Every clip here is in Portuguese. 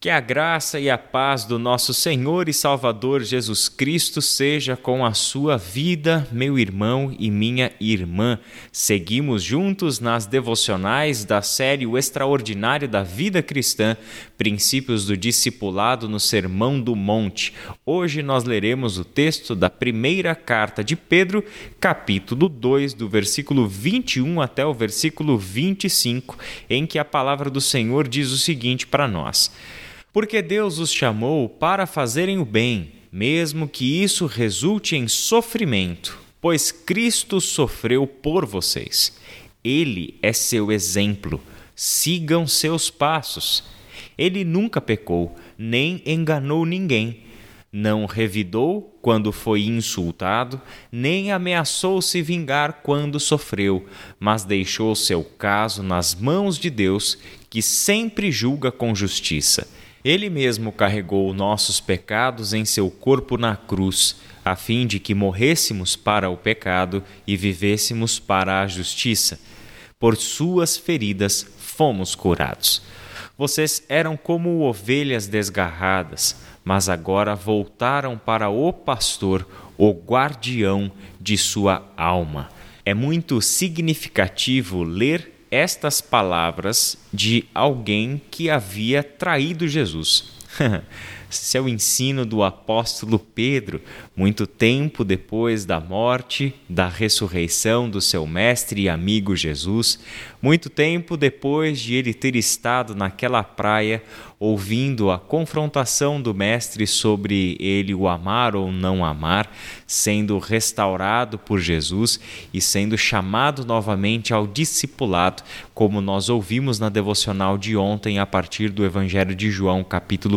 Que a graça e a paz do nosso Senhor e Salvador Jesus Cristo seja com a sua vida, meu irmão e minha irmã. Seguimos juntos nas devocionais da série O Extraordinário da Vida Cristã, Princípios do Discipulado no Sermão do Monte. Hoje nós leremos o texto da primeira carta de Pedro, capítulo 2, do versículo 21 até o versículo 25, em que a palavra do Senhor diz o seguinte para nós: Porque Deus os chamou para fazerem o bem, mesmo que isso resulte em sofrimento, pois Cristo sofreu por vocês. Ele é seu exemplo. Sigam seus passos. Ele nunca pecou, nem enganou ninguém. Não revidou quando foi insultado, nem ameaçou se vingar quando sofreu, mas deixou seu caso nas mãos de Deus, que sempre julga com justiça. Ele mesmo carregou nossos pecados em seu corpo na cruz, a fim de que morrêssemos para o pecado e vivêssemos para a justiça. Por suas feridas fomos curados. Vocês eram como ovelhas desgarradas, mas agora voltaram para o pastor, o guardião de sua alma. É muito significativo ler estas palavras de alguém que havia traído Jesus. Esse é o ensino do apóstolo Pedro, muito tempo depois da morte, da ressurreição do seu mestre e amigo Jesus, muito tempo depois de ele ter estado naquela praia, ouvindo a confrontação do mestre sobre ele o amar ou não amar, sendo restaurado por Jesus e sendo chamado novamente ao discipulado, como nós ouvimos na devocional de ontem a partir do Evangelho de João, capítulo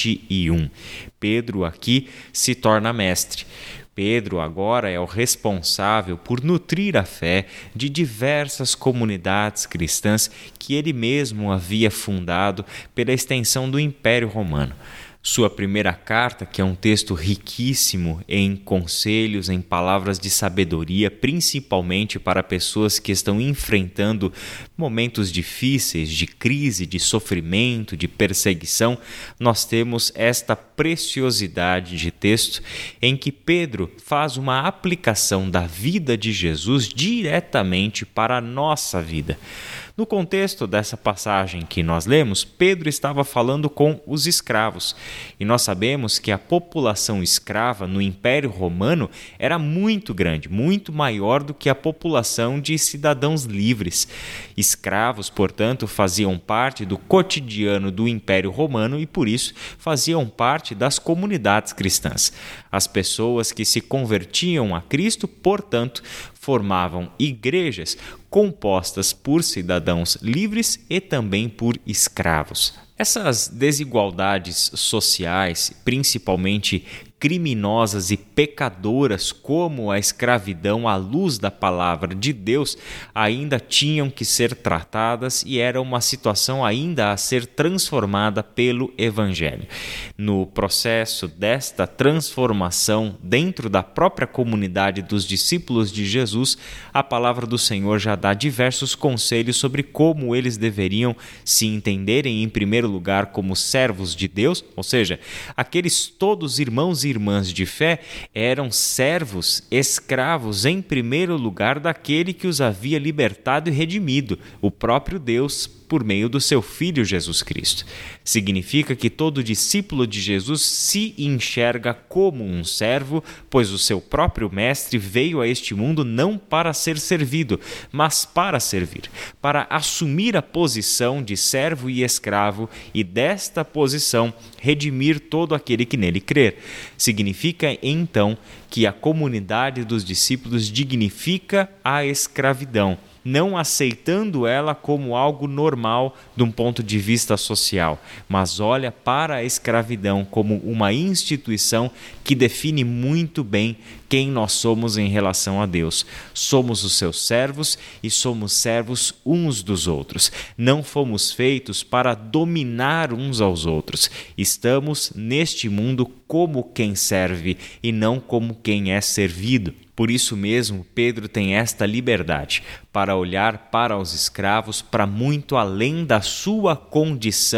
21. Pedro aqui se torna mestre. Pedro agora é o responsável por nutrir a fé de diversas comunidades cristãs que ele mesmo havia fundado pela extensão do Império Romano. Sua primeira carta, que é um texto riquíssimo em conselhos, em palavras de sabedoria, principalmente para pessoas que estão enfrentando momentos difíceis, de crise, de sofrimento, de perseguição, nós temos esta preciosidade de texto em que Pedro faz uma aplicação da vida de Jesus diretamente para a nossa vida. No contexto dessa passagem que nós lemos, Pedro estava falando com os escravos. E nós sabemos que a população escrava no Império Romano era muito grande, muito maior do que a população de cidadãos livres. Escravos, portanto, faziam parte do cotidiano do Império Romano e, por isso, faziam parte das comunidades cristãs. As pessoas que se convertiam a Cristo, portanto, formavam igrejas compostas por cidadãos livres e também por escravos. Essas desigualdades sociais, principalmente criminosas e pecadoras como a escravidão à luz da palavra de Deus, ainda tinham que ser tratadas e era uma situação ainda a ser transformada pelo Evangelho. No processo desta transformação dentro da própria comunidade dos discípulos de Jesus, a palavra do Senhor já dá diversos conselhos sobre como eles deveriam se entenderem, em primeiro lugar, como servos de Deus, ou seja, aqueles todos irmãos e irmãs de fé eram servos, escravos, em primeiro lugar, daquele que os havia libertado e redimido, o próprio Deus, por meio do seu Filho Jesus Cristo. Significa que todo discípulo de Jesus se enxerga como um servo, pois o seu próprio Mestre veio a este mundo não para ser servido, mas para servir, para assumir a posição de servo e escravo e desta posição redimir todo aquele que nele crer. Significa, então, que a comunidade dos discípulos dignifica a escravidão, não aceitando ela como algo normal de um ponto de vista social, mas olha para a escravidão como uma instituição que define muito bem quem nós somos em relação a Deus. Somos os seus servos e somos servos uns dos outros. Não fomos feitos para dominar uns aos outros. Estamos neste mundo como quem serve e não como quem é servido. Por isso mesmo, Pedro tem esta liberdade para olhar para os escravos para muito além da sua condição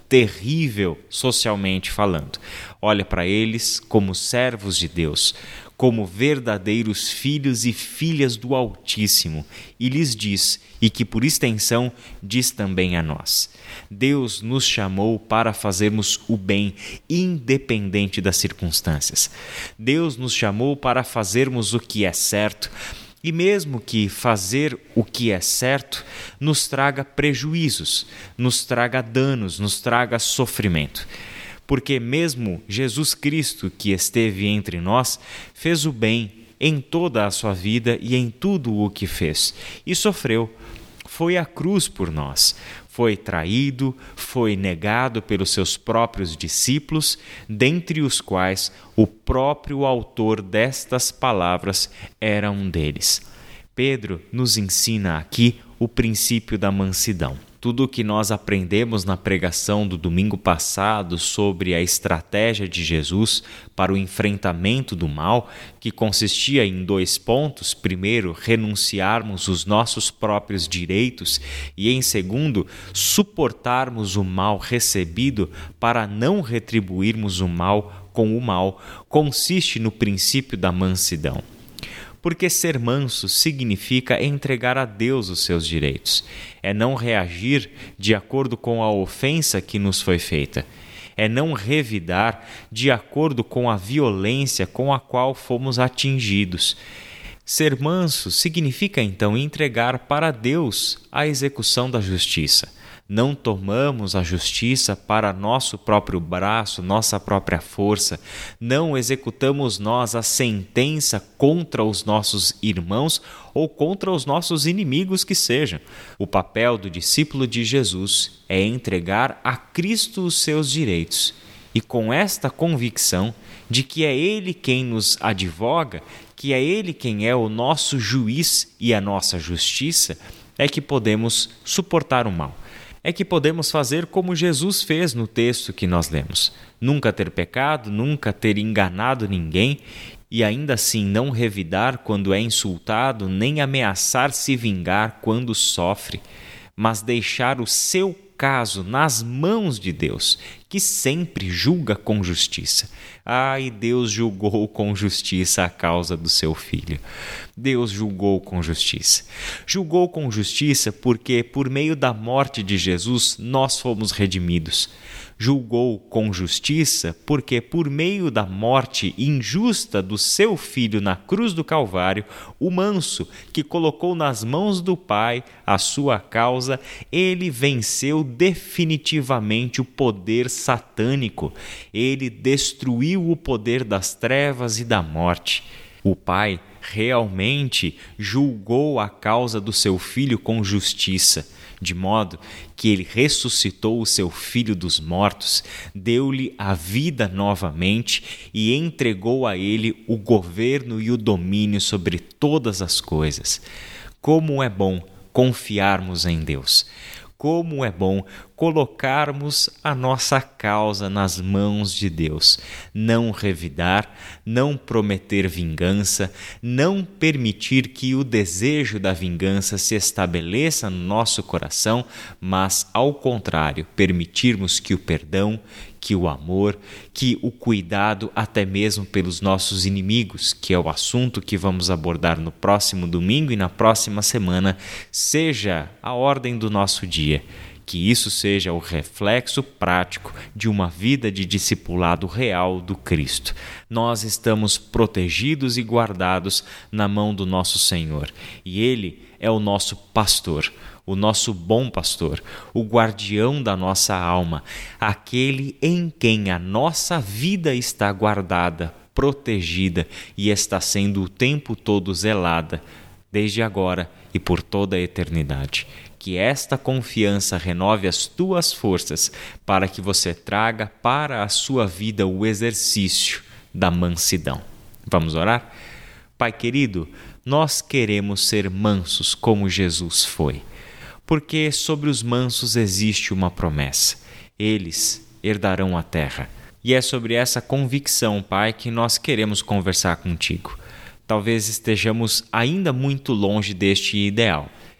terrível socialmente falando. Olha para eles como servos de Deus, como verdadeiros filhos e filhas do Altíssimo, e lhes diz, e que por extensão diz também a nós: Deus nos chamou para fazermos o bem, independente das circunstâncias. Deus nos chamou para fazermos o que é certo, e mesmo que fazer o que é certo nos traga prejuízos, nos traga danos, nos traga sofrimento. Porque mesmo Jesus Cristo, que esteve entre nós, fez o bem em toda a sua vida e em tudo o que fez, e sofreu. Foi à cruz por nós, foi traído, foi negado pelos seus próprios discípulos, dentre os quais o próprio autor destas palavras era um deles. Pedro nos ensina aqui o princípio da mansidão. Tudo o que nós aprendemos na pregação do domingo passado sobre a estratégia de Jesus para o enfrentamento do mal, que consistia em 2 pontos. Primeiro, renunciarmos os nossos próprios direitos e, em segundo, suportarmos o mal recebido para não retribuirmos o mal com o mal, consiste no princípio da mansidão. Porque ser manso significa entregar a Deus os seus direitos. É não reagir de acordo com a ofensa que nos foi feita. É não revidar de acordo com a violência com a qual fomos atingidos. Ser manso significa, então, entregar para Deus a execução da justiça. Não tomamos a justiça para nosso próprio braço, nossa própria força. Não executamos nós a sentença contra os nossos irmãos ou contra os nossos inimigos que sejam. O papel do discípulo de Jesus é entregar a Cristo os seus direitos. E com esta convicção de que é Ele quem nos advoga, que é Ele quem é o nosso juiz e a nossa justiça, é que podemos suportar o mal. É que podemos fazer como Jesus fez no texto que nós lemos. Nunca ter pecado, nunca ter enganado ninguém e ainda assim não revidar quando é insultado, nem ameaçar se vingar quando sofre, mas deixar o seu caso nas mãos de Deus, que sempre julga com justiça. E Deus julgou com justiça a causa do seu filho. Deus julgou com justiça. Julgou com justiça porque, por meio da morte de Jesus, nós fomos redimidos. Julgou com justiça porque, por meio da morte injusta do seu filho na cruz do Calvário, o manso, que colocou nas mãos do Pai a sua causa, ele venceu definitivamente o poder satânico. Ele destruiu o poder das trevas e da morte. O Pai realmente julgou a causa do seu filho com justiça, de modo que ele ressuscitou o seu filho dos mortos, deu-lhe a vida novamente e entregou a ele o governo e o domínio sobre todas as coisas. Como é bom confiarmos em Deus! Como é bom colocarmos a nossa causa nas mãos de Deus, não revidar, não prometer vingança, não permitir que o desejo da vingança se estabeleça no nosso coração, mas, ao contrário, permitirmos que o perdão, que o amor, que o cuidado até mesmo pelos nossos inimigos, que é o assunto que vamos abordar no próximo domingo e na próxima semana, seja a ordem do nosso dia. Que isso seja o reflexo prático de uma vida de discipulado real do Cristo. Nós estamos protegidos e guardados na mão do nosso Senhor, e Ele é o nosso pastor, o nosso bom pastor, o guardião da nossa alma, aquele em quem a nossa vida está guardada, protegida e está sendo o tempo todo zelada, desde agora e por toda a eternidade. Que esta confiança renove as tuas forças para que você traga para a sua vida o exercício da mansidão. Vamos orar? Pai querido, nós queremos ser mansos como Jesus foi, porque sobre os mansos existe uma promessa: eles herdarão a terra. E é sobre essa convicção, Pai, que nós queremos conversar contigo. Talvez estejamos ainda muito longe deste ideal.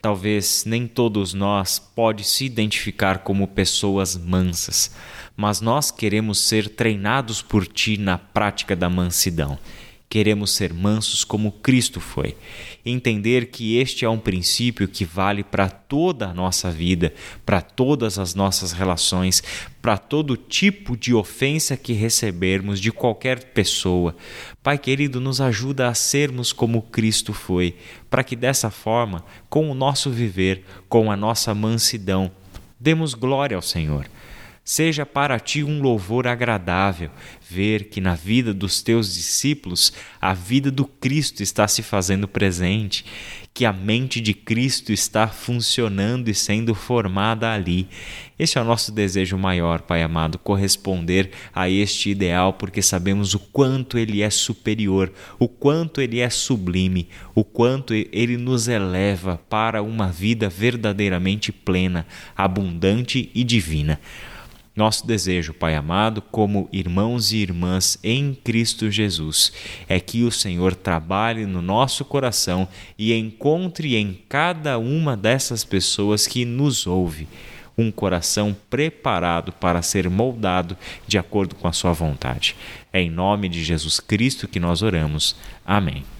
Talvez nem todos nós pode se identificar como pessoas mansas, mas nós queremos ser treinados por Ti na prática da mansidão. Queremos ser mansos como Cristo foi. Entender que este é um princípio que vale para toda a nossa vida, para todas as nossas relações, para todo tipo de ofensa que recebermos de qualquer pessoa. Pai querido, nos ajuda a sermos como Cristo foi, para que dessa forma, com o nosso viver, com a nossa mansidão, demos glória ao Senhor. Seja para ti um louvor agradável ver que na vida dos teus discípulos a vida do Cristo está se fazendo presente, que a mente de Cristo está funcionando e sendo formada ali. Esse é o nosso desejo maior, Pai amado, corresponder a este ideal, porque sabemos o quanto ele é superior, o quanto ele é sublime, o quanto ele nos eleva para uma vida verdadeiramente plena, abundante e divina. Nosso desejo, Pai amado, como irmãos e irmãs em Cristo Jesus, é que o Senhor trabalhe no nosso coração e encontre em cada uma dessas pessoas que nos ouve um coração preparado para ser moldado de acordo com a sua vontade. É em nome de Jesus Cristo que nós oramos. Amém.